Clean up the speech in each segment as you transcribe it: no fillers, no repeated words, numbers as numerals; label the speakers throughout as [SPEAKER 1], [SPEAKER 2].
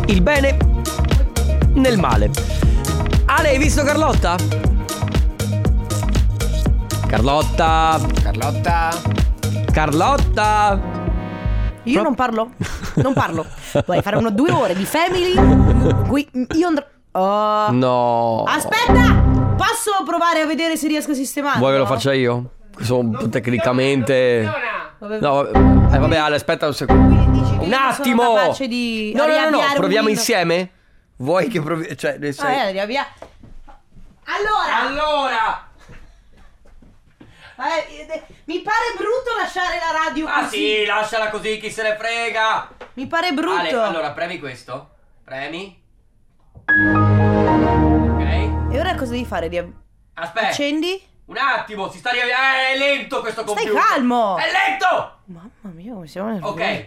[SPEAKER 1] il bene nel male. Ale, hai visto Carlotta? Carlotta.
[SPEAKER 2] Io non parlo. Vuoi fare 2 ore di Family? Io andrò.
[SPEAKER 1] No.
[SPEAKER 2] Aspetta! Posso provare a vedere se riesco a sistemarlo?
[SPEAKER 1] Vuoi che lo faccia io? Sono tecnicamente. No, vabbè, Ale, aspetta un secondo. Un attimo.
[SPEAKER 2] Sono capace di
[SPEAKER 1] No, proviamo
[SPEAKER 2] un
[SPEAKER 1] insieme? Vuoi che provi? Cioè,
[SPEAKER 2] via. Allora. Mi pare brutto lasciare la radio così.
[SPEAKER 1] Ah sì, lasciala così, chi se ne frega.
[SPEAKER 2] Mi pare brutto.
[SPEAKER 1] Ale, allora premi questo. Premi. Ok.
[SPEAKER 2] E ora cosa devi fare?
[SPEAKER 1] Aspetta.
[SPEAKER 2] Accendi?
[SPEAKER 1] Un attimo, si sta arrivando. È lento questo computer.
[SPEAKER 2] Stai calmo.
[SPEAKER 1] È lento.
[SPEAKER 2] Mamma mia, come siamo nervosi.
[SPEAKER 1] Ok.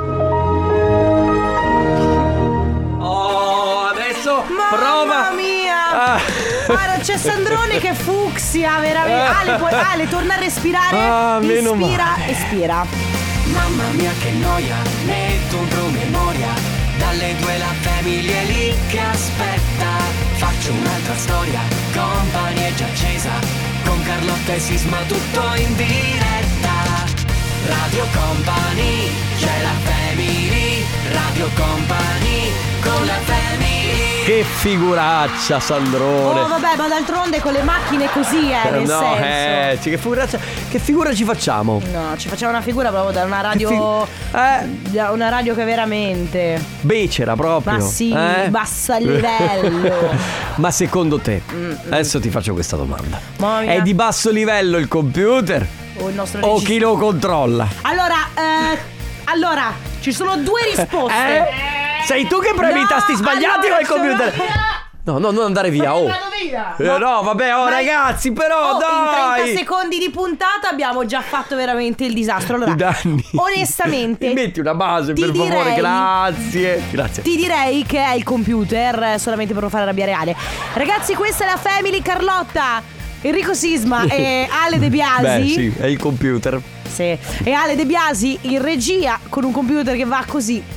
[SPEAKER 1] Oh, adesso prova.
[SPEAKER 2] Mamma mia. Guarda, c'è Sandrone che è fucsia, veramente. Ale, torna a respirare. Espira.
[SPEAKER 3] Mamma mia che noia, metto un promemoria. Dalle 2 la Family è lì che aspetta. Faccio un'altra storia, Company è già accesa. Con Carlotta e Sisma tutto in diretta. Radio Company, c'è la Family. Radio Company, con la Family.
[SPEAKER 1] Che figuraccia, Sandrone.
[SPEAKER 2] Oh vabbè, ma d'altronde con le macchine così, nel senso.
[SPEAKER 1] Che figura ci facciamo?
[SPEAKER 2] No, ci facciamo una figura proprio da una radio. Da una radio che veramente
[SPEAKER 1] becera proprio.
[SPEAKER 2] Ma sì, bassa livello.
[SPEAKER 1] Ma secondo te, adesso ti faccio questa domanda.
[SPEAKER 2] Mamma mia.
[SPEAKER 1] È di basso livello il computer?
[SPEAKER 2] O il nostro
[SPEAKER 1] regista? O chi lo controlla?
[SPEAKER 2] Allora, ci sono 2 risposte.
[SPEAKER 1] Sei tu che premi i tasti sbagliati o il computer? No, non andare via. No, vabbè, ragazzi, però dai.
[SPEAKER 2] In 30 secondi di puntata abbiamo già fatto veramente il disastro. Allora,
[SPEAKER 1] danni.
[SPEAKER 2] Onestamente,
[SPEAKER 1] mi metti una base, per favore, grazie.
[SPEAKER 2] Ti direi che è il computer, solamente per non fare arrabbiare Ale. Ragazzi, questa è la Family. Carlotta, Enrico Sisma e Ale De Biasi.
[SPEAKER 1] Beh, sì, è il computer.
[SPEAKER 2] Sì. E Ale De Biasi in regia con un computer che va così.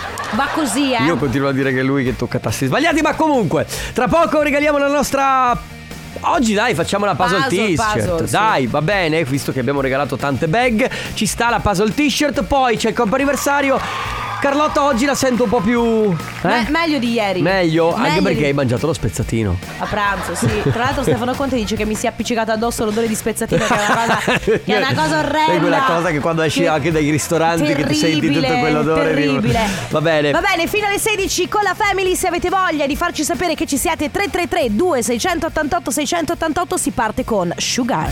[SPEAKER 1] Io continuo a dire che è lui che tocca tasti sbagliati, ma comunque tra poco regaliamo la nostra. Oggi dai, facciamo la puzzle t-shirt. Dai, sì. Va bene, visto che abbiamo regalato tante bag, ci sta la puzzle t-shirt. Poi c'è il comp'anniversario. Carlotta oggi la sento un po' più
[SPEAKER 2] meglio di ieri.
[SPEAKER 1] Meglio anche perché hai mangiato lo spezzatino
[SPEAKER 2] a pranzo, sì. Tra l'altro Stefano Conte dice che mi si è appiccicato addosso l'odore di spezzatino, che è una cosa orrenda.
[SPEAKER 1] È quella cosa che quando esci anche dai ristoranti che ti senti tutto quell'odore.
[SPEAKER 2] Terribile.
[SPEAKER 1] Va bene,
[SPEAKER 2] fino alle 16 con la Family. Se avete voglia di farci sapere che ci siete, 333 2688 688, si parte con Sugar.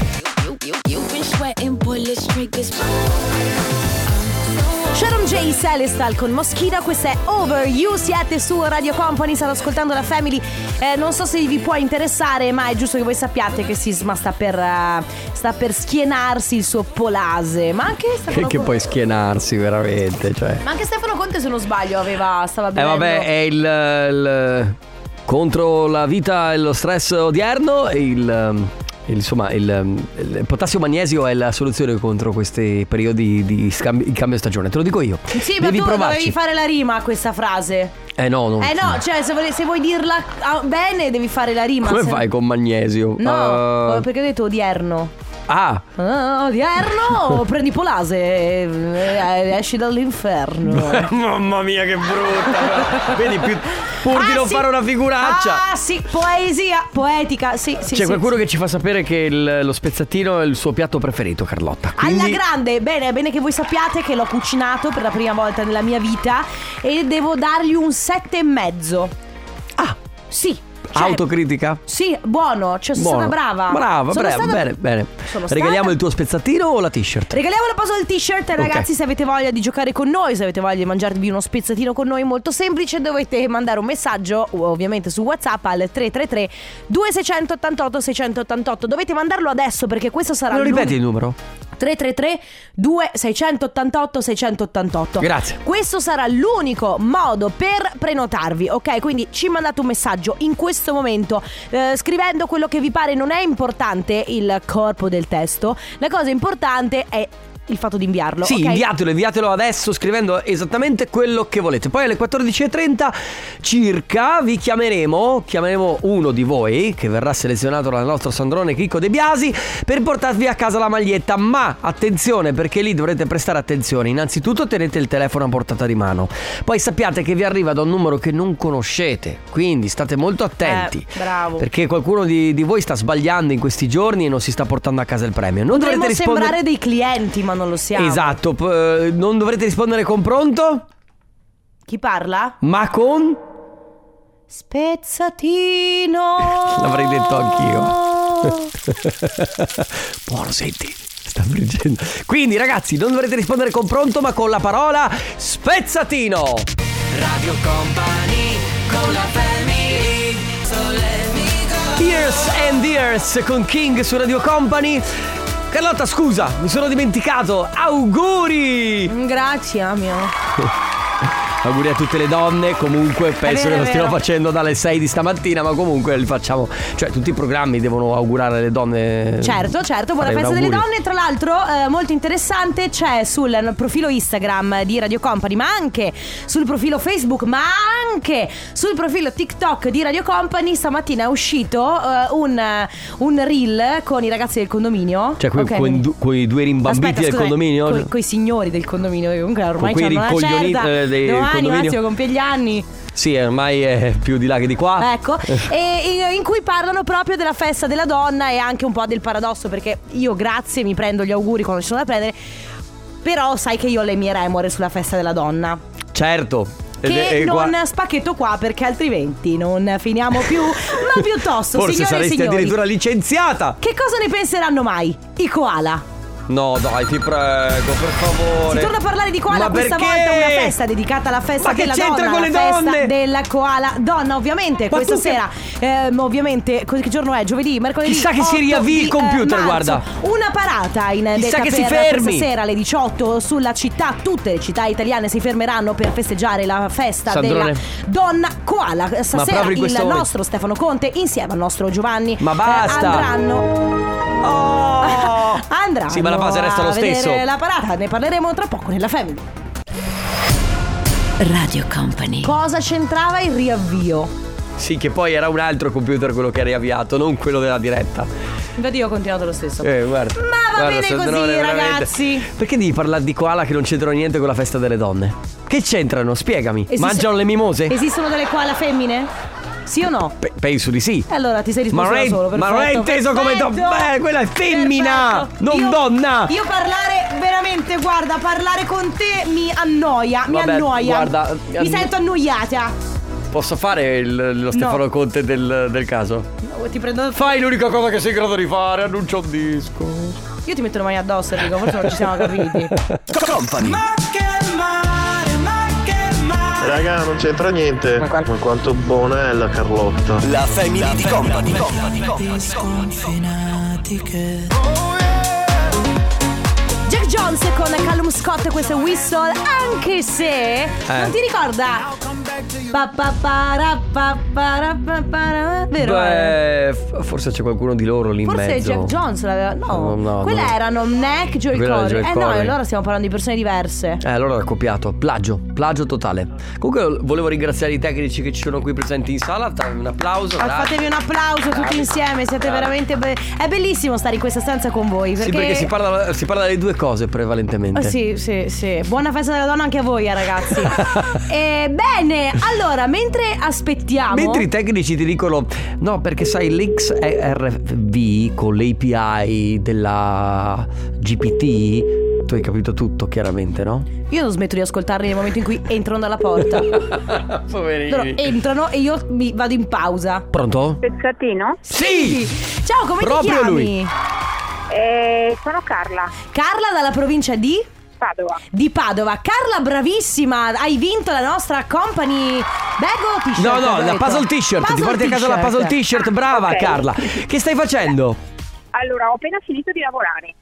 [SPEAKER 2] Sharon J. Celestal con Moschino, questa è Over You, siete su Radio Company, state ascoltando la Family. Non so se vi può interessare, ma è giusto che voi sappiate che Sisma sta per schienarsi il suo Polase. Ma anche Stefano
[SPEAKER 1] che poi schienarsi veramente, cioè.
[SPEAKER 2] Ma anche Stefano Conte, se non sbaglio, stava bevendo.
[SPEAKER 1] Vabbè, è il contro la vita e lo stress odierno e il potassio magnesio è la soluzione contro questi periodi di cambio stagione. Te lo dico io.
[SPEAKER 2] Sì, ma tu dovevi fare la rima a questa frase.
[SPEAKER 1] No,
[SPEAKER 2] cioè se vuoi dirla bene devi fare la rima.
[SPEAKER 1] Come fai con magnesio?
[SPEAKER 2] No, perché ho detto odierno. Odierno prendi Polase e esci dall'inferno.
[SPEAKER 1] Mamma mia che brutta. Vedi, pur di non fare una figuraccia.
[SPEAKER 2] Sì, poesia, poetica. Sì.
[SPEAKER 1] C'è qualcuno che ci fa sapere che lo spezzatino è il suo piatto preferito, Carlotta.
[SPEAKER 2] Alla grande. Bene che voi sappiate che l'ho cucinato per la prima volta nella mia vita e devo dargli un 7,5. Sì.
[SPEAKER 1] Autocritica?
[SPEAKER 2] Sì, buono, sono stata brava.
[SPEAKER 1] Bene. Regaliamo il tuo spezzatino o la t-shirt?
[SPEAKER 2] Regaliamo la puzzle t-shirt, ragazzi. Se avete voglia di giocare con noi, se avete voglia di mangiarvi uno spezzatino con noi, molto semplice, dovete mandare un messaggio ovviamente su WhatsApp al 333 2688 688. Dovete mandarlo adesso perché questo sarà.
[SPEAKER 1] Lo ripeti il numero?
[SPEAKER 2] 333 2688 688.
[SPEAKER 1] Grazie.
[SPEAKER 2] Questo sarà l'unico modo per prenotarvi, ok? Quindi ci mandate un messaggio in questo momento scrivendo quello che vi pare. Non è importante il corpo del testo, la cosa importante è il fatto di inviarlo.
[SPEAKER 1] Sì,
[SPEAKER 2] okay?
[SPEAKER 1] inviatelo adesso scrivendo esattamente quello che volete. Poi alle 14.30 circa vi chiameremo uno di voi che verrà selezionato dal nostro Sandrone Chicco De Biasi per portarvi a casa la maglietta. Ma attenzione, perché lì dovrete prestare attenzione. Innanzitutto tenete il telefono a portata di mano, poi sappiate che vi arriva da un numero che non conoscete, quindi state molto attenti.
[SPEAKER 2] Bravo.
[SPEAKER 1] Perché qualcuno di voi sta sbagliando in questi giorni e non si sta portando a casa il premio. Non
[SPEAKER 2] Potremmo
[SPEAKER 1] dovrete
[SPEAKER 2] sembrare dei clienti, ma non lo siamo.
[SPEAKER 1] Esatto, non dovrete rispondere con pronto?
[SPEAKER 2] Chi parla?
[SPEAKER 1] Ma con?
[SPEAKER 2] Spezzatino.
[SPEAKER 1] L'avrei detto anch'io. Buono, senti, sta friggendo. Quindi ragazzi, non dovrete rispondere con pronto, ma con la parola spezzatino.
[SPEAKER 3] Radio Company con la family.
[SPEAKER 1] Years and Years con King su Radio Company. Carlotta, scusa, mi sono dimenticato. Auguri!
[SPEAKER 2] Grazie, mio.
[SPEAKER 1] Auguri a tutte le donne. Comunque penso che lo stiamo facendo dalle 6 di stamattina, ma comunque li facciamo. Cioè tutti i programmi devono augurare alle donne.
[SPEAKER 2] Certo, buona festa delle donne. Tra l'altro molto interessante, c'è sul profilo Instagram di Radio Company, ma anche sul profilo Facebook, ma anche sul profilo TikTok di Radio Company. Stamattina è uscito un reel con i ragazzi del condominio.
[SPEAKER 1] Cioè con i due rimbambiti del condominio.
[SPEAKER 2] Con i signori del condominio, che comunque ormai hanno una certa. Massimo compie gli anni.
[SPEAKER 1] Sì, ormai è più di là che di qua.
[SPEAKER 2] Ecco. E in cui parlano proprio della festa della donna e anche un po' del paradosso, perché io grazie mi prendo gli auguri quando ci sono da prendere, però sai che io ho le mie remore sulla festa della donna.
[SPEAKER 1] Certo.
[SPEAKER 2] Che non spacchetto qua, perché altrimenti non finiamo più. Ma piuttosto,
[SPEAKER 1] forse
[SPEAKER 2] signore
[SPEAKER 1] saresti
[SPEAKER 2] e signori,
[SPEAKER 1] addirittura licenziata.
[SPEAKER 2] Che cosa ne penseranno mai i koala?
[SPEAKER 1] No dai, ti prego, per favore.
[SPEAKER 2] Si torna a parlare di koala, questa volta una festa dedicata alla festa della donna. Ma che c'entra con le donne? Festa della koala donna, ovviamente. Ma questa sera ovviamente, che giorno è? Giovedì, mercoledì.
[SPEAKER 1] Chissà che si riavvii il computer,
[SPEAKER 2] marzo,
[SPEAKER 1] guarda.
[SPEAKER 2] Una parata in
[SPEAKER 1] chissà che si
[SPEAKER 2] fermi questa sera alle 18 sulla città. Tutte le città italiane si fermeranno per festeggiare la festa
[SPEAKER 1] Sandrone.
[SPEAKER 2] della donna koala. Stasera il nostro Stefano Conte insieme al nostro Giovanni
[SPEAKER 1] ma basta.
[SPEAKER 2] andranno
[SPEAKER 1] sì, ma la base resta lo stesso.
[SPEAKER 2] La parata, ne parleremo tra poco nella Family.
[SPEAKER 4] Radio Company.
[SPEAKER 2] Cosa c'entrava il riavvio?
[SPEAKER 1] Sì, che poi era un altro computer quello che ha riavviato, non quello della diretta.
[SPEAKER 2] Infatti io ho continuato lo stesso.
[SPEAKER 1] Guarda.
[SPEAKER 2] Ma va bene così, ragazzi.
[SPEAKER 1] Perché devi parlare di koala che non c'entrano niente con la festa delle donne? Che c'entrano? Spiegami. Mangiano le mimose?
[SPEAKER 2] Esistono delle koala femmine? Sì o no?
[SPEAKER 1] Penso di sì.
[SPEAKER 2] Allora ti sei risposto da solo. Perfetto,
[SPEAKER 1] ma non è inteso come quella è femmina, non donna.
[SPEAKER 2] Io parlare veramente, guarda, parlare con te mi annoia. Mi annoia.
[SPEAKER 1] Guarda,
[SPEAKER 2] mi sento annoiata.
[SPEAKER 1] Posso fare lo Stefano Conte del caso?
[SPEAKER 2] No, ti prendo.
[SPEAKER 1] Fai l'unica cosa che sei in grado di fare, annuncia un disco.
[SPEAKER 2] Io ti metto le mani addosso, Enrico, forse non ci siamo capiti.
[SPEAKER 1] Company.
[SPEAKER 5] Raga, non c'entra niente. Ma quanto buona è la Carlotta.
[SPEAKER 3] La family di Company.
[SPEAKER 2] Jack Jones con Callum Scott, questo è Whistle. Anche se non ti ricorda? Vero?
[SPEAKER 1] Beh, forse c'è qualcuno di loro lì in
[SPEAKER 2] forse
[SPEAKER 1] mezzo.
[SPEAKER 2] Jack Jones l'aveva. No, quelle erano Neck, Joel Corey. No, allora stiamo parlando di persone diverse.
[SPEAKER 1] Allora copiato. Plagio totale. Comunque volevo ringraziare i tecnici che ci sono qui presenti in sala. Un applauso.
[SPEAKER 2] Fatevi un applauso tutti insieme. Siete veramente è bellissimo stare in questa stanza con voi, perché...
[SPEAKER 1] Sì, perché si parla delle due cose prevalentemente.
[SPEAKER 2] Sì. Buona festa della donna anche a voi, ragazzi. Bene, allora, mentre aspettiamo,
[SPEAKER 1] mentre i tecnici ti dicono no, perché sai l'XRV con l'API della GPT, tu hai capito tutto chiaramente, no?
[SPEAKER 2] Io non smetto di ascoltarli nel momento in cui entrano dalla porta.
[SPEAKER 1] Poverini.
[SPEAKER 2] Loro entrano e io mi vado in pausa.
[SPEAKER 1] Pronto?
[SPEAKER 6] Spezzatino?
[SPEAKER 1] Sì!
[SPEAKER 2] Ciao, come
[SPEAKER 1] proprio
[SPEAKER 2] ti chiami?
[SPEAKER 1] Lui.
[SPEAKER 6] Sono Carla.
[SPEAKER 2] Carla dalla provincia di?
[SPEAKER 6] Padova.
[SPEAKER 2] Di Padova. Carla, bravissima. Hai vinto la nostra Company bag o t-shirt?
[SPEAKER 1] No, la puzzle t-shirt. Ti porti a casa la puzzle t-shirt. Brava, okay. Carla. Che stai facendo?
[SPEAKER 6] Allora, ho appena finito di lavorare.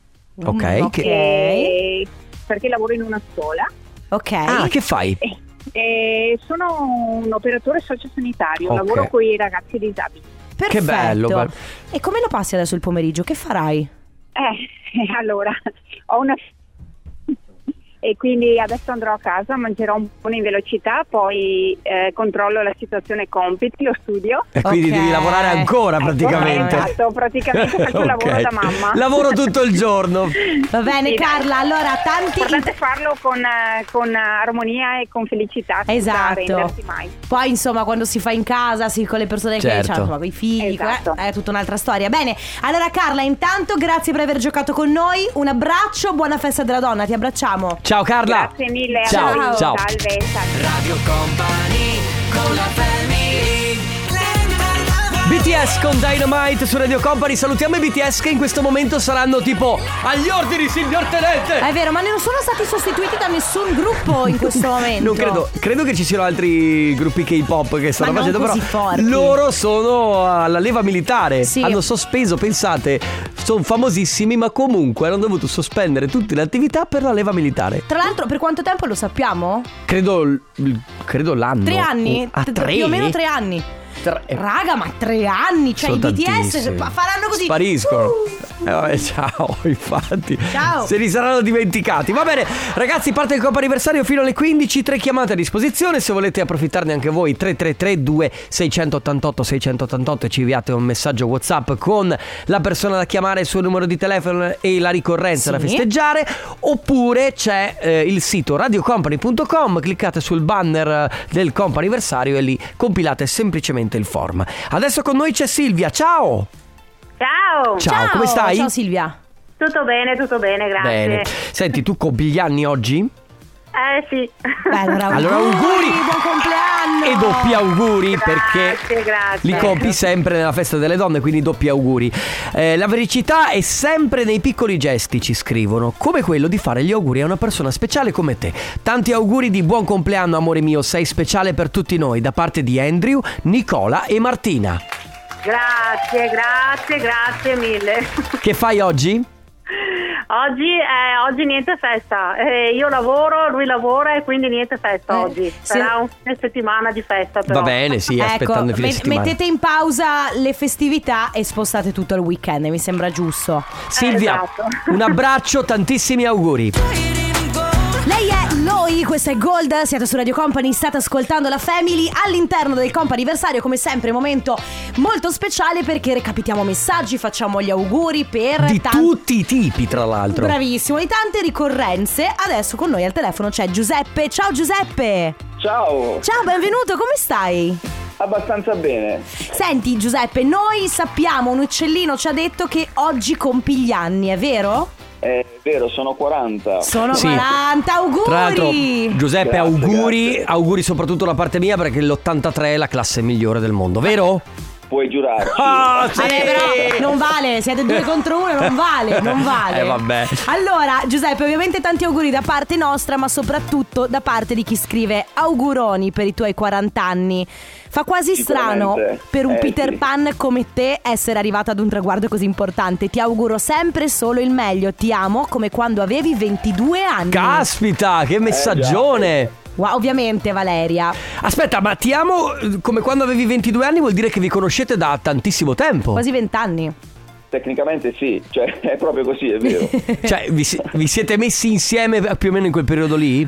[SPEAKER 1] Ok.
[SPEAKER 6] Perché lavoro in una scuola.
[SPEAKER 2] Ok.
[SPEAKER 1] Ah, che fai?
[SPEAKER 6] Sono un operatore sociosanitario. Lavoro con i ragazzi disabili.
[SPEAKER 2] Perfetto.
[SPEAKER 1] Che bello.
[SPEAKER 2] E come lo passi adesso il pomeriggio? Che farai?
[SPEAKER 6] Allora, ho una e quindi adesso andrò a casa, mangerò un po' in velocità, poi controllo la situazione compiti, lo studio.
[SPEAKER 1] E quindi devi lavorare ancora praticamente.
[SPEAKER 6] Esatto, praticamente faccio il lavoro da mamma.
[SPEAKER 1] Lavoro tutto il giorno.
[SPEAKER 2] Va bene, sì, Carla, allora tanti...
[SPEAKER 6] Importante farlo con armonia e con felicità.
[SPEAKER 2] Esatto.
[SPEAKER 6] Non rendersi mai.
[SPEAKER 2] Poi insomma quando si fa in casa, con le persone che hanno con i figli,
[SPEAKER 6] esatto,
[SPEAKER 2] è tutta un'altra storia. Bene, allora Carla, intanto grazie per aver giocato con noi. Un abbraccio, buona festa della donna, ti abbracciamo.
[SPEAKER 1] Ciao Carla.
[SPEAKER 6] Grazie mille.
[SPEAKER 1] Ciao. Ciao.
[SPEAKER 6] Salve.
[SPEAKER 3] Radio Company con la family.
[SPEAKER 1] BTS con Dynamite su Radio Company. Salutiamo i BTS che in questo momento saranno tipo agli ordini, signor Tenente.
[SPEAKER 2] È vero, ma non sono stati sostituiti da nessun gruppo in questo momento.
[SPEAKER 1] Non credo che ci siano altri gruppi K-pop che stanno facendo, però
[SPEAKER 2] forti.
[SPEAKER 1] Loro sono alla leva militare.
[SPEAKER 2] Sì.
[SPEAKER 1] Hanno sospeso, pensate, sono famosissimi, ma comunque hanno dovuto sospendere tutte le attività per la leva militare.
[SPEAKER 2] Tra l'altro, per quanto tempo lo sappiamo?
[SPEAKER 1] Credo l'anno.
[SPEAKER 2] 3 anni?
[SPEAKER 1] Tre?
[SPEAKER 2] Più o meno 3 anni. Raga, ma 3 anni, cioè
[SPEAKER 1] sono
[SPEAKER 2] i BTS
[SPEAKER 1] tantissimi.
[SPEAKER 2] faranno così.
[SPEAKER 1] Spariscono. Vabbè, ciao, infatti.
[SPEAKER 2] Ciao.
[SPEAKER 1] Se li saranno dimenticati. Va bene, ragazzi, parte il compo anniversario fino alle 15. 3 chiamate a disposizione. Se volete approfittarne anche voi, 333-2688-688 e ci inviate un messaggio WhatsApp con la persona da chiamare, il suo numero di telefono e la ricorrenza da festeggiare. Oppure c'è il sito radiocompany.com. Cliccate sul banner del compo anniversario e lì compilate semplicemente il form. Adesso con noi c'è Silvia. Ciao.
[SPEAKER 6] Ciao,
[SPEAKER 1] come stai?
[SPEAKER 2] Ciao Silvia.
[SPEAKER 6] tutto bene, grazie.
[SPEAKER 1] Bene. Senti, tu compi gli anni oggi?
[SPEAKER 6] Sì.
[SPEAKER 2] Beh, allora
[SPEAKER 1] auguri,
[SPEAKER 2] buon compleanno.
[SPEAKER 1] E doppi auguri, perché
[SPEAKER 6] grazie.
[SPEAKER 1] li compi sempre nella festa delle donne, quindi doppi auguri. La felicità è sempre nei piccoli gesti, ci scrivono, come quello di fare gli auguri a una persona speciale come te. Tanti auguri di buon compleanno, amore mio, sei speciale per tutti noi, da parte di Andrew, Nicola e Martina.
[SPEAKER 6] Grazie mille.
[SPEAKER 1] Che fai oggi?
[SPEAKER 6] Oggi niente festa, io lavoro, lui lavora e quindi niente festa oggi. Sarà una settimana di festa però.
[SPEAKER 1] Va bene, sì, aspettando il fine settimana.
[SPEAKER 2] Mettete in pausa le festività e spostate tutto il weekend, mi sembra giusto.
[SPEAKER 1] Silvia,
[SPEAKER 6] esatto.
[SPEAKER 1] Un abbraccio, tantissimi auguri.
[SPEAKER 2] Lei è Loi, questa è Gold, siete su Radio Company, state ascoltando la Family all'interno del comp'anniversario, come sempre momento molto speciale perché recapitiamo messaggi, facciamo gli auguri per
[SPEAKER 1] di tutti i tipi, tra l'altro.
[SPEAKER 2] Bravissimo, di tante ricorrenze. Adesso con noi al telefono c'è Giuseppe. Ciao Giuseppe.
[SPEAKER 4] Ciao.
[SPEAKER 2] Ciao, benvenuto, come stai?
[SPEAKER 4] Abbastanza bene.
[SPEAKER 2] Senti Giuseppe, noi sappiamo, un uccellino ci ha detto che oggi compi gli anni, è vero?
[SPEAKER 4] È vero, sono 40.
[SPEAKER 2] Sono
[SPEAKER 1] Sì.
[SPEAKER 2] 40, auguri!
[SPEAKER 1] Tra l'altro, Giuseppe,
[SPEAKER 4] Grazie.
[SPEAKER 1] auguri soprattutto da parte mia, perché l'83 è la classe migliore del mondo, vero?
[SPEAKER 4] Puoi giurarci.
[SPEAKER 1] Sì.
[SPEAKER 2] Vabbè, però non vale, siete 2 contro 1, non vale.
[SPEAKER 1] Vabbè.
[SPEAKER 2] Allora, Giuseppe, ovviamente tanti auguri da parte nostra, ma soprattutto da parte di chi scrive auguroni per i tuoi 40 anni. Fa quasi strano per un Peter Pan come te essere arrivato ad un traguardo così importante. Ti auguro sempre solo il meglio. Ti amo come quando avevi 22 anni.
[SPEAKER 1] Caspita, che messaggione!
[SPEAKER 2] Wow, ovviamente Valeria.
[SPEAKER 1] Aspetta, ma ti amo come quando avevi 22 anni vuol dire che vi conoscete da tantissimo tempo.
[SPEAKER 2] Quasi 20 anni.
[SPEAKER 4] Tecnicamente sì, cioè è proprio così, è vero.
[SPEAKER 1] Cioè, vi siete messi insieme più o meno in quel periodo lì?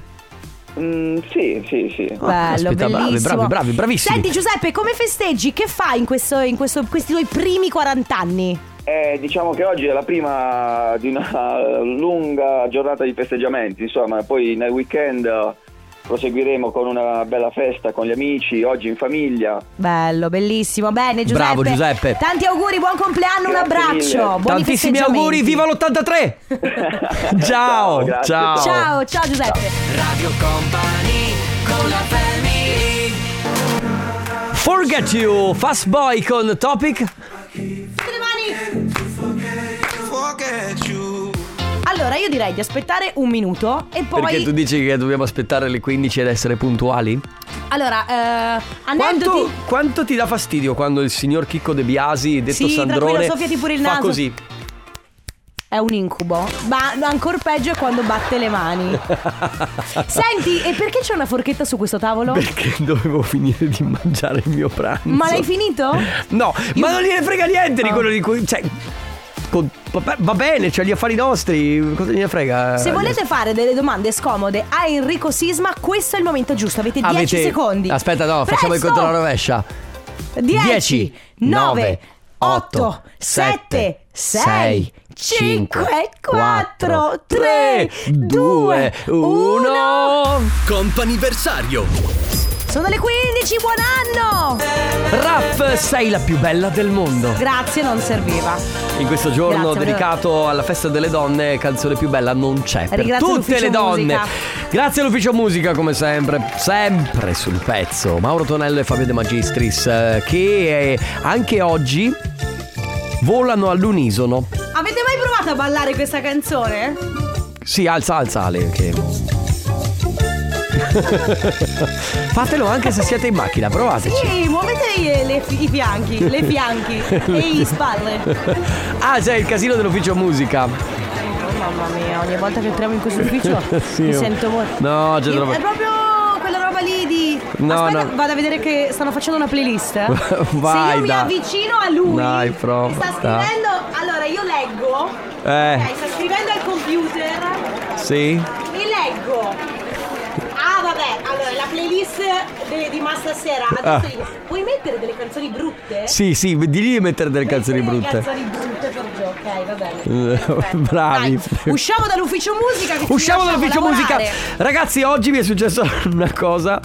[SPEAKER 4] Sì.
[SPEAKER 2] Bello,
[SPEAKER 1] Aspetta,
[SPEAKER 2] bellissimo.
[SPEAKER 1] bravi, bravissimi.
[SPEAKER 2] Senti Giuseppe, come festeggi? Che fai in questi tuoi primi 40 anni?
[SPEAKER 4] Diciamo che oggi è la prima di una lunga giornata di festeggiamenti, insomma, poi nel weekend proseguiremo con una bella festa con gli amici, oggi in famiglia.
[SPEAKER 2] Bello, bellissimo. Bene Giuseppe.
[SPEAKER 1] Bravo Giuseppe.
[SPEAKER 2] Tanti auguri, buon compleanno,
[SPEAKER 4] Grazie
[SPEAKER 2] un abbraccio.
[SPEAKER 4] mille.
[SPEAKER 2] Buoni
[SPEAKER 1] Tantissimi auguri, viva l'83.
[SPEAKER 4] Ciao, grazie.
[SPEAKER 2] Ciao Giuseppe.
[SPEAKER 3] Radio Company con la family.
[SPEAKER 1] Forget You, Fast Boy con Topic.
[SPEAKER 2] Allora io direi di aspettare un minuto e poi...
[SPEAKER 1] Perché tu dici che dobbiamo aspettare le 15 ed essere puntuali?
[SPEAKER 2] Allora, aneddoti.
[SPEAKER 1] Quanto ti dà fastidio quando il signor Chicco De Biasi, detto
[SPEAKER 2] Sì,
[SPEAKER 1] Sandrone,
[SPEAKER 2] tranquillo, soffiati pure il
[SPEAKER 1] fa
[SPEAKER 2] naso.
[SPEAKER 1] così?
[SPEAKER 2] È un incubo. Ma ancora peggio è quando batte le mani. Senti, e perché c'è una forchetta su questo tavolo?
[SPEAKER 1] Perché dovevo finire di mangiare il mio pranzo.
[SPEAKER 2] Ma l'hai finito?
[SPEAKER 1] No, ma non gliene frega niente di quello di cui... Cioè, Va bene, c'è gli affari nostri, cosa ne frega?
[SPEAKER 2] Se volete fare delle domande scomode a Enrico Sisma, questo è il momento giusto. Avete 10 secondi.
[SPEAKER 1] Aspetta, no,
[SPEAKER 2] Presto!
[SPEAKER 1] facciamo il conto alla rovescia.
[SPEAKER 2] 10, 9, 8, 7, 6, 5, 4, 3, 2, 1.
[SPEAKER 3] Comp'anniversario.
[SPEAKER 2] Sono le 15, buon anno!
[SPEAKER 1] Raff, sei la più bella del mondo.
[SPEAKER 2] Grazie, non serviva.
[SPEAKER 1] In questo giorno
[SPEAKER 2] Grazie,
[SPEAKER 1] dedicato alla festa delle donne, canzone più bella non c'è. Per
[SPEAKER 2] Ringrazio
[SPEAKER 1] tutte le donne.
[SPEAKER 2] Musica.
[SPEAKER 1] Grazie all'Ufficio Musica, come sempre, sempre sul pezzo. Mauro Tonello e Fabio De Magistris, che anche oggi volano all'unisono.
[SPEAKER 2] Avete mai provato a ballare questa canzone?
[SPEAKER 1] Sì, alza Ale, che... Fatelo anche se siete in macchina, provateci.
[SPEAKER 2] Sì, muovete i fianchi e i spalle.
[SPEAKER 1] Ah, c'è il casino dell'Ufficio Musica.
[SPEAKER 2] Mamma mia, ogni volta che entriamo in questo ufficio
[SPEAKER 1] sì,
[SPEAKER 2] mi sento morto.
[SPEAKER 1] No, c'è troppo.
[SPEAKER 2] È proprio quella roba lì di...
[SPEAKER 1] No,
[SPEAKER 2] Aspetta,
[SPEAKER 1] no.
[SPEAKER 2] vado a vedere che stanno facendo una playlist.
[SPEAKER 1] Vai,
[SPEAKER 2] se io mi avvicino a lui,
[SPEAKER 1] dai, prova,
[SPEAKER 2] mi sta scrivendo. Allora io leggo. Ok, sta scrivendo al computer.
[SPEAKER 1] Sì.
[SPEAKER 2] Mi leggo. Ah vabbè, allora la playlist di ma stasera. Adesso dico, puoi mettere delle canzoni brutte?
[SPEAKER 1] Sì, digli di mettere delle canzoni brutte.
[SPEAKER 2] Canzoni brutte per Gio, ok, va bene.
[SPEAKER 1] Bravi.
[SPEAKER 2] Dai, usciamo dall'ufficio musica.
[SPEAKER 1] Usciamo dall'ufficio musica. Ragazzi, oggi mi è successo una cosa.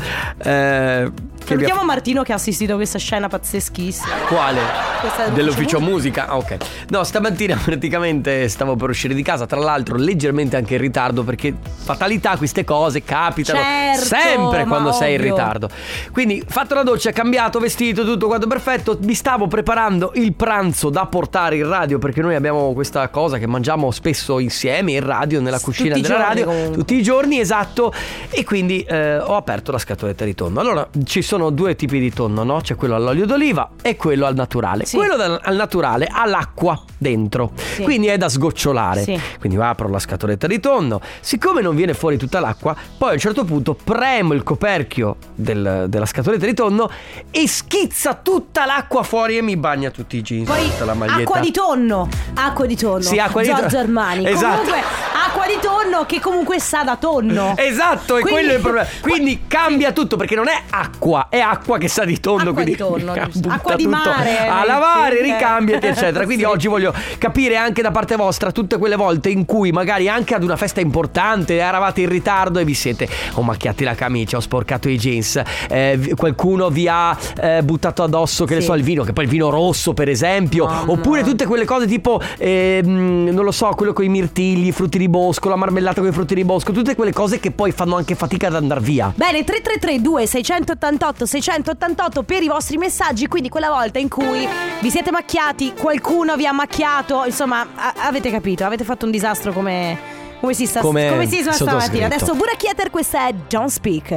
[SPEAKER 2] Salutiamo Martino che ha assistito a questa scena pazzeschissima.
[SPEAKER 1] Quale? Dell'ufficio musica?
[SPEAKER 2] musica.
[SPEAKER 1] Ah, ok. No, stamattina praticamente stavo per uscire di casa. Tra l'altro leggermente anche in ritardo, perché fatalità, queste cose capitano sempre quando sei in ritardo. Quindi fatto la doccia, cambiato, vestito, tutto quanto perfetto. Mi stavo preparando il pranzo da portare in radio, perché noi abbiamo questa cosa che mangiamo spesso insieme in radio, nella cucina della radio comunque. Tutti i giorni, esatto. E quindi ho aperto la scatoletta di tonno. Allora ci sono due tipi di tonno, no? C'è quello all'olio d'oliva e quello al naturale.
[SPEAKER 2] Sì.
[SPEAKER 1] Quello al naturale ha l'acqua dentro, sì. Quindi è da sgocciolare, sì. Quindi apro la scatoletta di tonno. Siccome non viene fuori tutta l'acqua, poi a un certo punto premo il coperchio della scatoletta di tonno e schizza tutta l'acqua fuori e mi bagna tutti i jeans,
[SPEAKER 2] poi
[SPEAKER 1] tutta la maglietta.
[SPEAKER 2] Acqua di tonno.
[SPEAKER 1] Sì, acqua di tonno.
[SPEAKER 2] Giorgio Armani.
[SPEAKER 1] Esatto.
[SPEAKER 2] Comunque acqua di tonno che comunque sa da tonno.
[SPEAKER 1] Esatto, e quello è il problema. Quindi cambia tutto, perché non è acqua, è acqua che sa di tonno.
[SPEAKER 2] Acqua
[SPEAKER 1] quindi
[SPEAKER 2] di tonno,
[SPEAKER 1] acqua
[SPEAKER 2] di mare
[SPEAKER 1] a lavare, ricambiati eccetera. Quindi oggi voglio capire anche da parte vostra tutte quelle volte in cui magari anche ad una festa importante eravate in ritardo e vi siete macchiati la camicia, ho sporcato i jeans, qualcuno vi ha buttato addosso, che ne so, il vino, che poi il vino rosso per esempio, oppure tutte quelle cose tipo non lo so, quello con i mirtilli, i frutti di bosco, la marmellata con i frutti di bosco, tutte quelle cose che poi fanno anche fatica ad andar via.
[SPEAKER 2] Bene, 333 688 688 per i vostri messaggi. Quindi quella volta in cui vi siete macchiati, qualcuno vi ha macchiato, insomma avete capito, avete fatto un disastro come si sta stamattina. Adesso Buracchieter, questa è Don't Speak.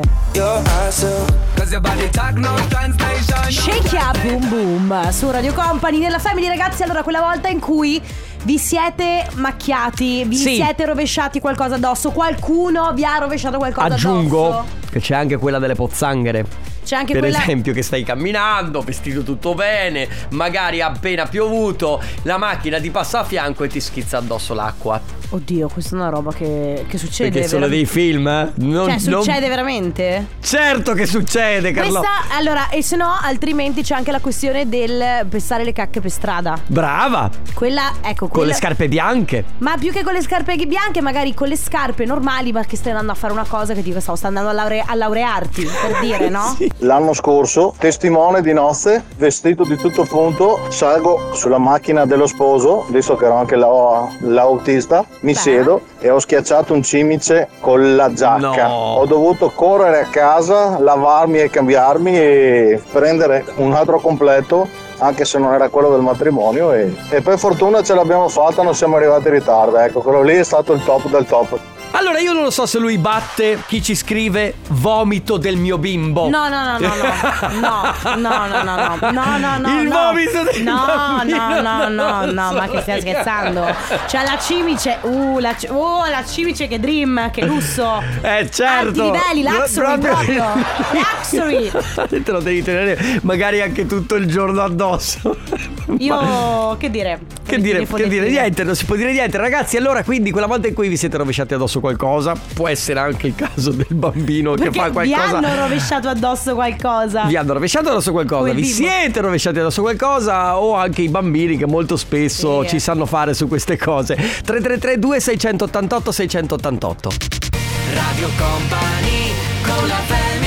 [SPEAKER 2] Shake ya boom boom su Radio Company nella Family. Ragazzi, allora quella volta in cui vi siete macchiati, vi siete rovesciati qualcosa addosso, qualcuno vi ha rovesciato qualcosa addosso.
[SPEAKER 1] Aggiungo che c'è anche quella delle pozzanghere.
[SPEAKER 2] C'è anche
[SPEAKER 1] per esempio che stai camminando, vestito tutto bene, magari ha appena piovuto, la macchina ti passa a fianco e ti schizza addosso l'acqua.
[SPEAKER 2] Oddio, questa è una roba che succede.
[SPEAKER 1] Perché sono dei film,
[SPEAKER 2] succede veramente?
[SPEAKER 1] Certo che succede, Carlo.
[SPEAKER 2] Allora, e se no, altrimenti c'è anche la questione del pestare le cacche per strada.
[SPEAKER 1] Brava.
[SPEAKER 2] Quella, ecco,
[SPEAKER 1] con le scarpe bianche.
[SPEAKER 2] Ma più che con le scarpe bianche, magari con le scarpe normali, ma che stai andando a fare una cosa che dico, sta andando a laurearti, per dire, no?
[SPEAKER 5] Sì. L'anno scorso, testimone di nozze, vestito di tutto punto, salgo sulla macchina dello sposo, visto che ero anche l'autista, mi siedo e ho schiacciato un cimice con la giacca.
[SPEAKER 1] No.
[SPEAKER 5] Ho dovuto correre a casa, lavarmi e cambiarmi e prendere un altro completo, anche se non era quello del matrimonio, e per fortuna ce l'abbiamo fatta, non siamo arrivati in ritardo. Ecco, quello lì è stato il top del top.
[SPEAKER 1] Allora io non lo so se lui batte chi ci scrive vomito del mio bimbo.
[SPEAKER 2] No. Il
[SPEAKER 1] vomito del bambino.
[SPEAKER 2] No, ma che stai scherzando? C'è la cimice, la cimice che dream, che lusso.
[SPEAKER 1] Certo.
[SPEAKER 2] Alti livelli, luxury proprio. Luxury.
[SPEAKER 1] Te lo devi tenere magari anche tutto il giorno addosso.
[SPEAKER 2] Io che dire?
[SPEAKER 1] Che dire? Niente, non si può dire niente. Ragazzi, allora quindi quella volta in cui vi siete rovesciati addosso qualcosa, può essere anche il caso del bambino che fa qualcosa.
[SPEAKER 2] Vi hanno rovesciato addosso qualcosa.
[SPEAKER 1] Vi hanno rovesciato addosso qualcosa. Vi siete rovesciati addosso qualcosa, o anche i bambini che molto spesso ci sanno fare su queste cose. 333 2688 688.
[SPEAKER 3] Radio Company con la family.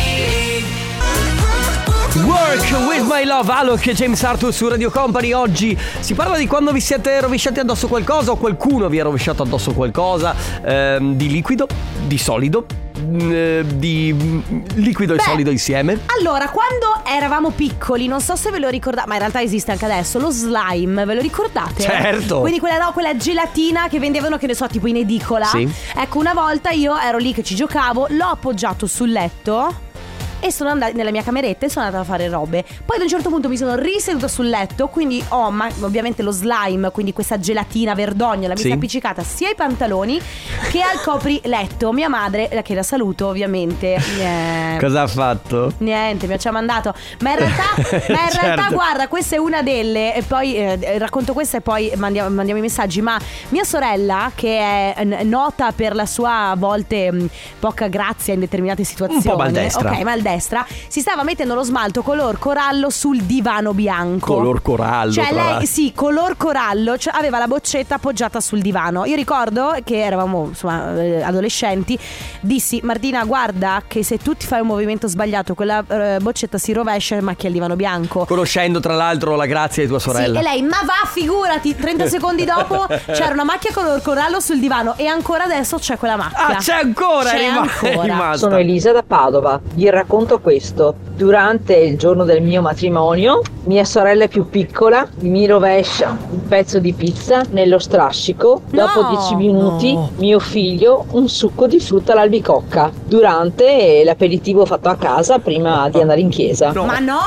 [SPEAKER 1] Work with my love, Alok e James Arthur su Radio Company. Oggi si parla di quando vi siete rovesciati addosso qualcosa, o qualcuno vi ha rovesciato addosso qualcosa, di liquido, di solido, di liquido e solido insieme.
[SPEAKER 2] Allora, quando eravamo piccoli, non so se ve lo ricordate, ma in realtà esiste anche adesso, lo slime, ve lo ricordate?
[SPEAKER 1] Certo.
[SPEAKER 2] Quindi quella gelatina che vendevano, che ne so, tipo in edicola.
[SPEAKER 1] Sì.
[SPEAKER 2] Ecco, una volta io ero lì che ci giocavo, l'ho appoggiato sul letto e sono andata nella mia cameretta e sono andata a fare robe. Poi ad un certo punto mi sono riseduta sul letto, quindi ho ovviamente lo slime, quindi questa gelatina verdognola mi si è appiccicata sia ai pantaloni che al copriletto. Mia madre, che la saluto ovviamente,
[SPEAKER 1] cosa ha fatto?
[SPEAKER 2] Niente, mi ci ha mandato. Ma in realtà guarda, questa è una delle. E poi racconto questa e poi mandiamo i messaggi. Ma mia sorella, che è nota per la sua a volte poca grazia in determinate situazioni,
[SPEAKER 1] un po' maldestra.
[SPEAKER 2] Ok, maldestra, si stava mettendo lo smalto color corallo sul divano bianco.
[SPEAKER 1] Color corallo,
[SPEAKER 2] cioè lei color corallo, cioè aveva la boccetta appoggiata sul divano. Io ricordo che eravamo insomma adolescenti. Dissi: Martina, guarda che se tu ti fai un movimento sbagliato quella boccetta si rovescia e macchia il divano bianco.
[SPEAKER 1] Conoscendo tra l'altro la grazia di tua sorella.
[SPEAKER 2] Sì, e lei: ma va, figurati. 30 secondi dopo c'era una macchia color corallo sul divano. E ancora adesso c'è quella macchia.
[SPEAKER 1] Ah, c'è ancora, è rimasta.
[SPEAKER 7] Sono Elisa da Padova. Vi racconto questo. Durante il giorno del mio matrimonio, mia sorella più piccola mi rovescia un pezzo di pizza nello strascico. Dopo 10 minuti mio figlio un succo di frutta all'albicocca durante l'aperitivo fatto a casa prima di andare in chiesa.
[SPEAKER 2] Ma no!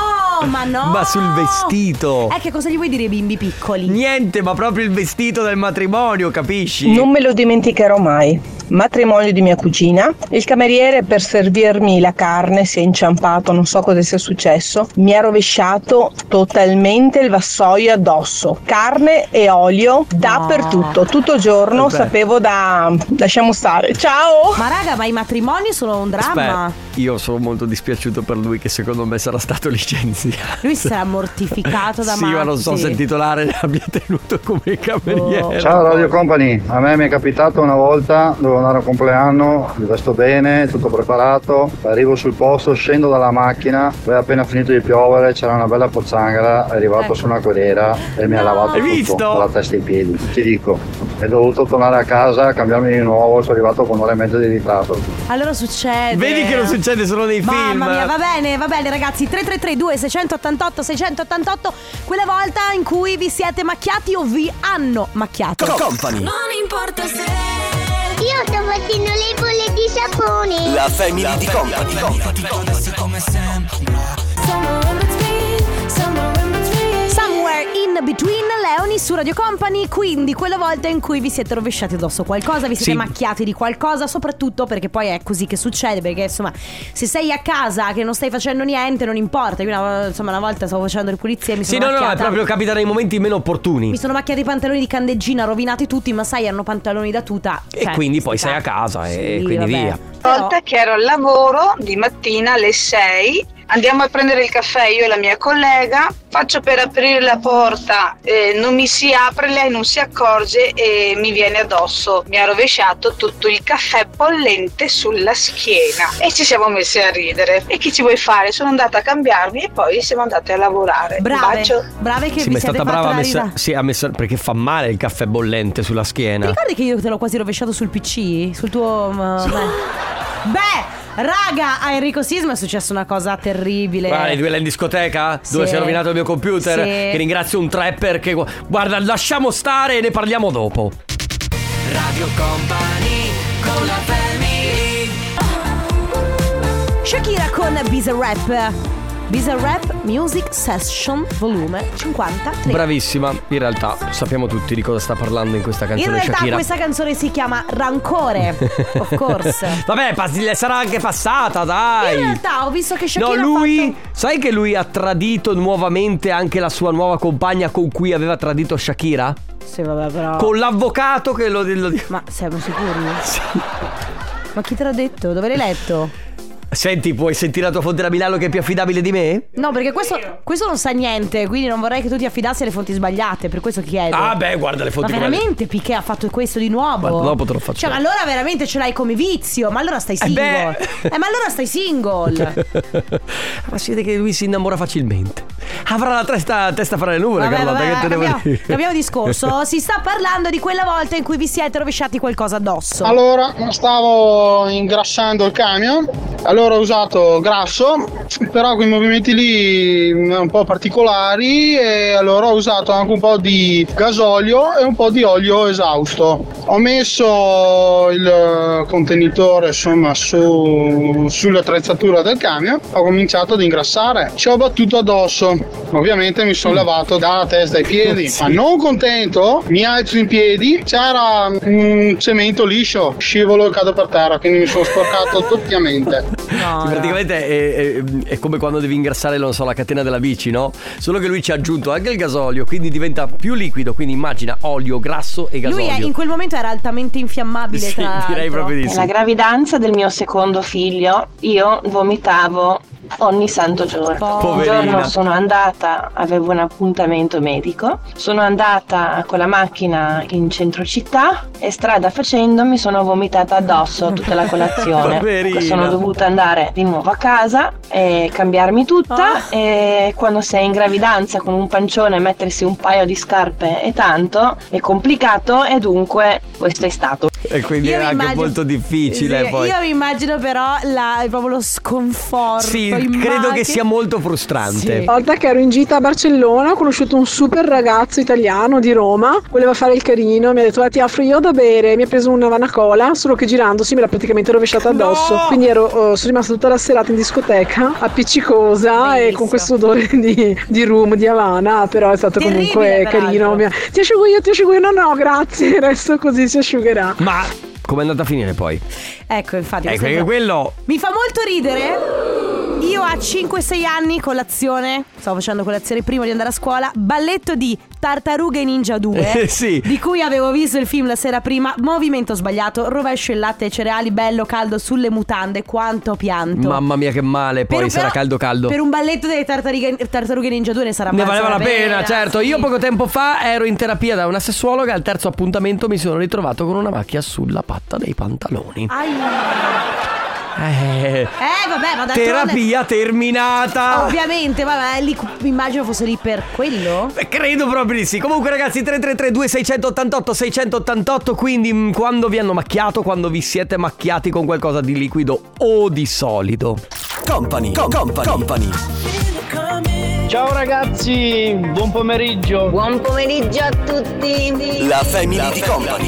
[SPEAKER 1] Ma sul vestito.
[SPEAKER 2] Che cosa gli vuoi dire ai bimbi piccoli?
[SPEAKER 1] Niente, ma proprio il vestito del matrimonio, capisci?
[SPEAKER 8] Non me lo dimenticherò mai. Matrimonio di mia cugina. Il cameriere, per servirmi la carne, si è inciampato, non so cosa sia successo. Mi ha rovesciato totalmente il vassoio addosso. Carne e olio dappertutto. Tutto giorno sapevo lasciamo stare. Ciao!
[SPEAKER 2] Ma raga, ma i matrimoni sono un dramma.
[SPEAKER 1] Aspetta, io sono molto dispiaciuto per lui, che secondo me sarà stato licenziato.
[SPEAKER 2] Lui si sarà mortificato da
[SPEAKER 1] Sì, ma non so se il titolare ne abbia tenuto come cameriere.
[SPEAKER 5] Ciao Radio Company, a me mi è capitato una volta, dovevo andare a un compleanno, mi vesto bene, tutto preparato, arrivo sul posto, scendo dalla macchina, poi appena finito di piovere c'era una bella pozzanghera, è arrivato su una corriera e mi ha lavato tutto, dalla testa ai piedi. Ti dico, è dovuto tornare a casa, cambiarmi di nuovo, sono arrivato con un'ora e mezza di ritardo.
[SPEAKER 2] Allora succede.
[SPEAKER 1] Vedi che non succede solo nei film.
[SPEAKER 2] Mamma mia, va bene ragazzi. 3332 688 688. Quella volta in cui vi siete macchiati o vi hanno macchiato.
[SPEAKER 1] Company.
[SPEAKER 3] Non importa se
[SPEAKER 9] io sto facendo le bolle di sapone.
[SPEAKER 3] la family di Company.
[SPEAKER 2] Somewhere in Between, Leoni su Radio Company. Quindi quella volta in cui vi siete rovesciati addosso qualcosa, vi siete macchiati di qualcosa, soprattutto perché poi è così che succede. Perché insomma, se sei a casa che non stai facendo niente, non importa. Io una volta stavo facendo le pulizie e mi sono macchiata.
[SPEAKER 1] È proprio capita nei momenti meno opportuni.
[SPEAKER 2] Mi sono macchiati i pantaloni di candeggina, rovinati tutti, ma sai, erano pantaloni da tuta.
[SPEAKER 1] E quindi poi sei a casa e quindi via.
[SPEAKER 10] Una volta che ero al lavoro di mattina alle 6, andiamo a prendere il caffè io e la mia collega, faccio per aprire la porta, non mi si apre, lei non si accorge e mi viene addosso. Mi ha rovesciato tutto il caffè bollente sulla schiena e ci siamo messi a ridere. E che ci vuoi fare? Sono andata a cambiarmi e poi siamo andate a lavorare.
[SPEAKER 2] Brave che vi
[SPEAKER 1] è
[SPEAKER 2] siete
[SPEAKER 1] stata brava
[SPEAKER 2] a
[SPEAKER 1] messa, perché fa male il caffè bollente sulla schiena.
[SPEAKER 2] Ti ricordi che io te l'ho quasi rovesciato sul PC? Sul tuo... Beh, raga, a Enrico Sisma è successa una cosa terribile.
[SPEAKER 1] Guarda, quella in discoteca dove si è rovinato il mio computer. Che ringrazio un trapper che... Guarda, lasciamo stare e ne parliamo dopo.
[SPEAKER 3] Radio Company con la family.
[SPEAKER 2] Shakira con Bizarrap. Bizarrap Music Session volume 53.
[SPEAKER 1] Bravissima, in realtà sappiamo tutti di cosa sta parlando in questa canzone.
[SPEAKER 2] In realtà
[SPEAKER 1] Shakira.
[SPEAKER 2] questa canzone si chiama Rancore. Of course.
[SPEAKER 1] Vabbè, sarà anche passata, dai.
[SPEAKER 2] In realtà ho visto che Shakira
[SPEAKER 1] sai che lui ha tradito nuovamente anche la sua nuova compagna con cui aveva tradito Shakira?
[SPEAKER 2] Sì, vabbè, però
[SPEAKER 1] con l'avvocato che lo
[SPEAKER 2] Ma siamo sicuri?
[SPEAKER 1] Sì.
[SPEAKER 2] Ma chi te l'ha detto? Dove l'hai letto?
[SPEAKER 1] Senti, puoi sentire la tua fonte da Milano che è più affidabile di me?
[SPEAKER 2] No, perché questo non sa niente, quindi non vorrei che tu ti affidassi alle fonti sbagliate, per questo chiedo.
[SPEAKER 1] Ah beh, guarda le fonti.
[SPEAKER 2] Ma veramente Piqué ha fatto questo di nuovo?
[SPEAKER 1] Ma dopo te lo faccio.
[SPEAKER 2] Cioè, ma allora veramente ce l'hai come vizio? Ma allora stai single. Ma allora stai single.
[SPEAKER 1] Ma si vede che lui si innamora facilmente. Avrà la testa fra le nuvole, Carlotta, che te devo dire?
[SPEAKER 2] Cambiamo discorso. Si sta parlando di quella volta in cui vi siete rovesciati qualcosa addosso.
[SPEAKER 11] Allora, stavo ingrassando il camion. Allora ho usato grasso, però quei movimenti lì un po' particolari, e allora ho usato anche un po' di gasolio e un po' di olio esausto. Ho messo il contenitore insomma sull'attrezzatura del camion, ho cominciato ad ingrassare, ci ho battuto addosso, ovviamente mi sono levato dalla testa ai piedi, sì. Ma non contento, mi alzo in piedi, c'era un cemento liscio, scivolo e cado per terra, quindi mi sono sporcato doppiamente.
[SPEAKER 1] No, sì, praticamente è come quando devi ingrassare, non so, la catena della bici, no? Solo che lui ci ha aggiunto anche il gasolio, quindi diventa più liquido. Quindi immagina olio, grasso e gasolio.
[SPEAKER 2] Lui in quel momento era altamente infiammabile.
[SPEAKER 1] Sì, direi proprio di sì.
[SPEAKER 7] Nella gravidanza del mio secondo figlio io vomitavo ogni santo giorno.
[SPEAKER 1] Poverina.
[SPEAKER 7] Un giorno sono andata, avevo un appuntamento medico, sono andata con la macchina in centro città e strada facendo mi sono vomitata addosso tutta la colazione.
[SPEAKER 1] Poverina.
[SPEAKER 7] Sono dovuta andare di nuovo a casa e cambiarmi tutta, e quando sei in gravidanza con un pancione mettersi un paio di scarpe è tanto, è complicato, e dunque questo è stato.
[SPEAKER 1] E quindi è anche molto difficile,
[SPEAKER 2] sì,
[SPEAKER 1] poi.
[SPEAKER 2] Io mi immagino però proprio lo sconforto.
[SPEAKER 1] Sì, credo che sia molto frustrante.
[SPEAKER 8] Una volta che ero in gita a Barcellona ho conosciuto un super ragazzo italiano di Roma, voleva fare il carino, mi ha detto ti offro io da bere, mi ha preso una Havana Cola, solo che girandosi me l'ha praticamente rovesciata addosso. No! Quindi sono rimasta tutta la serata in discoteca appiccicosa. Bellissimo. E con questo odore di rum, di Havana, però è stato comunque carino. Ti asciugo io, no grazie, resto così, si asciugherà.
[SPEAKER 1] Ma com'è andata a finire poi?
[SPEAKER 2] Ecco, infatti
[SPEAKER 1] perché quello
[SPEAKER 2] mi fa molto ridere. Io a 5-6 anni, colazione, stavo facendo colazione prima di andare a scuola, balletto di Tartarughe Ninja 2,
[SPEAKER 1] sì.
[SPEAKER 2] Di cui avevo visto il film la sera prima, movimento sbagliato, rovescio il latte ai cereali, bello caldo sulle mutande, quanto pianto.
[SPEAKER 1] Mamma mia che male, poi sarà caldo. Per
[SPEAKER 2] un balletto delle Tartarughe Ninja 2
[SPEAKER 1] ne valeva la pena, certo. Sì. Io poco tempo fa ero in terapia da una sessuologa, al terzo appuntamento mi sono ritrovato con una macchia sulla patta dei pantaloni.
[SPEAKER 2] Vabbè, ma
[SPEAKER 1] terapia terminata.
[SPEAKER 2] Ovviamente, vabbè, lì immagino fosse lì per quello.
[SPEAKER 1] Credo proprio di sì. Comunque ragazzi, 333 688 688, quindi quando vi hanno macchiato, quando vi siete macchiati con qualcosa di liquido o di solido. Company.
[SPEAKER 12] Ciao ragazzi, buon pomeriggio.
[SPEAKER 13] Buon pomeriggio a tutti.
[SPEAKER 3] La family di Company.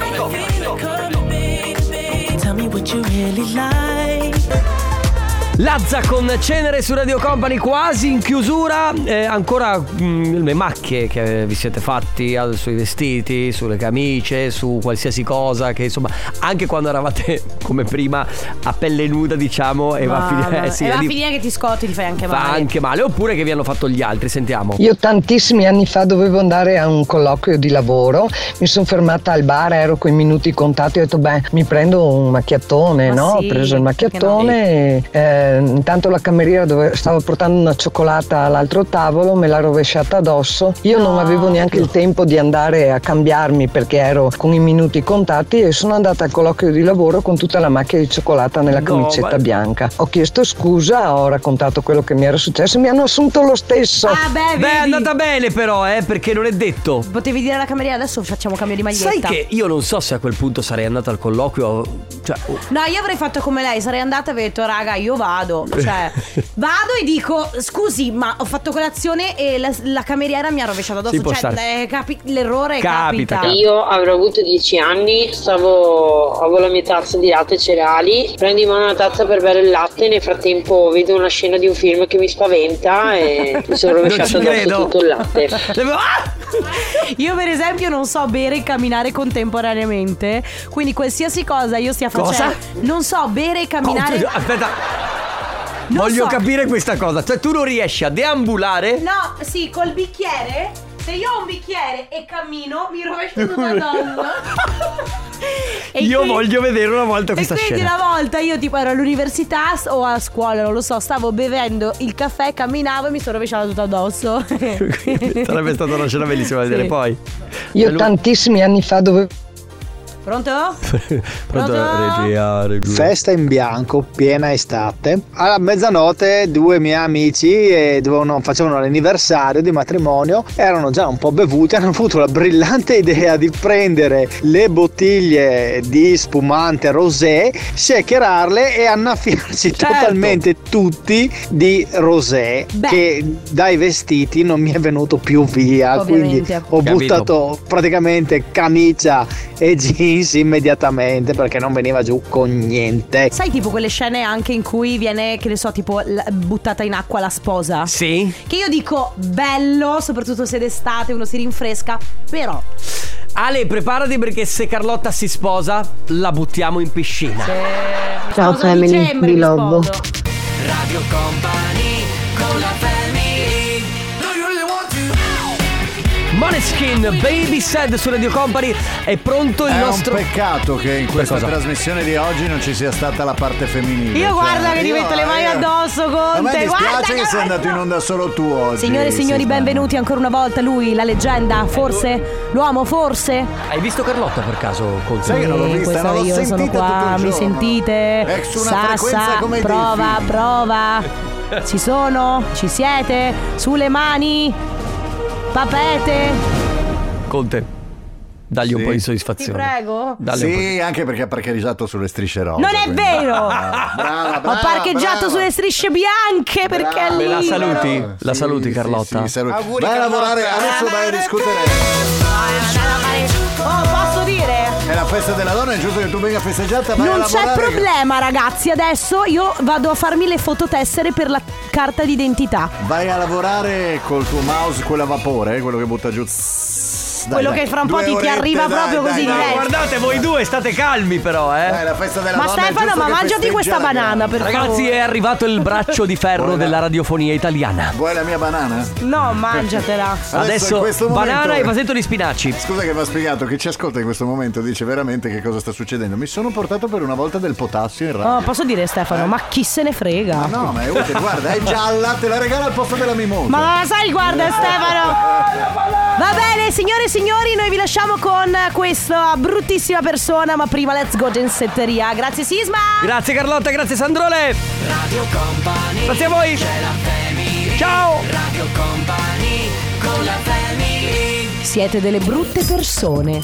[SPEAKER 14] Tell me what you really like.
[SPEAKER 1] Lazza con Cenere su Radio Company, quasi in chiusura. Ancora le macchie che vi siete fatti sui vestiti, sulle camicie, su qualsiasi cosa, che insomma anche quando eravate come prima a pelle nuda, diciamo, e va a finire
[SPEAKER 2] va a finire che ti scotti, ti fai anche male.
[SPEAKER 1] Fa anche male, oppure che vi hanno fatto gli altri. Sentiamo.
[SPEAKER 15] Io tantissimi anni fa dovevo andare a un colloquio di lavoro, mi sono fermata al bar, ero coi minuti contati, ho detto mi prendo un macchiattone, no? Sì, ho preso il macchiattone e intanto la cameriera stava portando una cioccolata all'altro tavolo, me l'ha rovesciata addosso. Io non avevo neanche il tempo di andare a cambiarmi perché ero con i minuti contati, e sono andata al colloquio di lavoro con tutta la macchia di cioccolata nella camicetta bianca. Ho chiesto scusa, ho raccontato quello che mi era successo, mi hanno assunto lo stesso.
[SPEAKER 1] Beh, è andata bene però, perché non è detto.
[SPEAKER 2] Potevi dire alla cameriera adesso facciamo cambio di maglietta.
[SPEAKER 1] Sai che io non so se a quel punto sarei andata al colloquio,
[SPEAKER 2] No, io avrei fatto come lei, sarei andata e avrei detto raga, io vado. vado. Cioè, vado e dico: scusi, ma ho fatto colazione e la cameriera mi ha rovesciato addosso. L'errore capita.
[SPEAKER 16] Io avrò avuto 10 anni, avevo la mia tazza di latte e cereali, prendo in mano una tazza per bere il latte, nel frattempo vedo una scena di un film che mi spaventa e mi sono rovesciato addosso tutto il latte.
[SPEAKER 2] Io per esempio non so bere e camminare contemporaneamente, quindi qualsiasi cosa io stia facendo, non so bere e camminare.
[SPEAKER 1] Aspetta, voglio capire questa cosa. Cioè tu non riesci a deambulare?
[SPEAKER 2] No, sì, col bicchiere. Se io ho un bicchiere e cammino, mi rovescio tutto addosso.
[SPEAKER 1] Io voglio vedere una volta questa scena.
[SPEAKER 2] E quindi una volta io tipo ero all'università o a scuola, non lo so, stavo bevendo il caffè, camminavo e mi sono rovesciata tutto addosso.
[SPEAKER 1] Sarebbe stata una scena bellissima da vedere poi.
[SPEAKER 15] Io tantissimi anni fa dovevo...
[SPEAKER 2] Pronto?
[SPEAKER 1] Regia.
[SPEAKER 17] Festa in bianco, piena estate. Alla mezzanotte 2 miei amici facevano l'anniversario di matrimonio, erano già un po' bevuti, hanno avuto la brillante idea di prendere le bottiglie di spumante rosé, shakerarle e annaffiarci totalmente tutti di rosé. Che dai vestiti non mi è venuto più via. Ovviamente. Quindi ho buttato praticamente camicia e jeans immediatamente perché non veniva giù con niente.
[SPEAKER 2] Sai tipo quelle scene anche in cui viene, che ne so, tipo buttata in acqua la sposa?
[SPEAKER 1] Sì.
[SPEAKER 2] Che io dico bello, soprattutto se d'estate uno si rinfresca, però
[SPEAKER 1] Ale, preparati perché se Carlotta si sposa la buttiamo in piscina.
[SPEAKER 18] Ciao family di Lobo.
[SPEAKER 3] Radio Company con la family.
[SPEAKER 1] Måneskin, Baby Sad su Radio Company. È pronto il nostro...
[SPEAKER 19] È un peccato che in questa trasmissione di oggi non ci sia stata la parte femminile.
[SPEAKER 2] Io guarda che ti metto le mani addosso, Conte.
[SPEAKER 19] A me dispiace che sei andato in onda solo tu oggi.
[SPEAKER 2] Signore e signori, benvenuti ancora una volta. Lui, la leggenda, forse l'uomo, forse.
[SPEAKER 1] Hai visto Carlotta per caso, Conte?
[SPEAKER 19] Sai che non l'ho vista, non l'ho
[SPEAKER 2] io
[SPEAKER 19] sentita
[SPEAKER 2] sono qua,
[SPEAKER 19] tutto il
[SPEAKER 2] mi
[SPEAKER 19] giorno.
[SPEAKER 2] sentite?
[SPEAKER 19] È su una frequenza come
[SPEAKER 2] prova. Ci sono? Ci siete? Sulle mani? Papete?
[SPEAKER 1] Conte, dagli un po' di soddisfazione.
[SPEAKER 2] Ti prego.
[SPEAKER 19] Sì, anche perché ha parcheggiato sulle strisce rosse.
[SPEAKER 2] Non è vero.
[SPEAKER 19] Brava,
[SPEAKER 2] ho parcheggiato sulle strisce bianche perché è lì.
[SPEAKER 1] La saluti Carlotta.
[SPEAKER 19] Sì, vai a lavorare, adesso vai a discutere.
[SPEAKER 2] Posso dire?
[SPEAKER 19] È la festa della donna, è giusto che tu venga festeggiata. Vai
[SPEAKER 2] non
[SPEAKER 19] a
[SPEAKER 2] c'è problema, ragazzi. Adesso io vado a farmi le fototessere per la carta d'identità.
[SPEAKER 19] Vai a lavorare col tuo mouse, quello a vapore, quello che butta giù.
[SPEAKER 2] Quello che fra un po' ti arriva proprio così.
[SPEAKER 1] Guardate, voi due state calmi però,
[SPEAKER 19] la festa della
[SPEAKER 2] ma
[SPEAKER 19] donna.
[SPEAKER 2] Stefano, ma mangiati questa banana per
[SPEAKER 1] Ragazzi,
[SPEAKER 2] favore.
[SPEAKER 1] è arrivato il braccio di ferro della radiofonia italiana.
[SPEAKER 19] Vuoi la mia banana?
[SPEAKER 2] No, mangiatela.
[SPEAKER 1] Adesso banana e vasetto di spinaci.
[SPEAKER 19] Scusa che mi ha spiegato, chi ci ascolta in questo momento dice veramente che cosa sta succedendo. Mi sono portato per una volta del potassio in radio.
[SPEAKER 2] Posso dire Stefano, ma chi se ne frega?
[SPEAKER 19] Ma no, ma è utile, guarda, è gialla, te la regala al posto della mimosa.
[SPEAKER 2] Ma sai, guarda Stefano. Va bene, signore e signori, noi vi lasciamo con questa bruttissima persona, ma prima let's go gensetteria. Grazie Sisma.
[SPEAKER 1] Grazie Carlotta, grazie Sandrone.
[SPEAKER 3] Radio Company.
[SPEAKER 1] Grazie a voi.
[SPEAKER 3] C'è la family.
[SPEAKER 1] Ciao.
[SPEAKER 3] Radio Company con la family.
[SPEAKER 2] Siete delle brutte persone.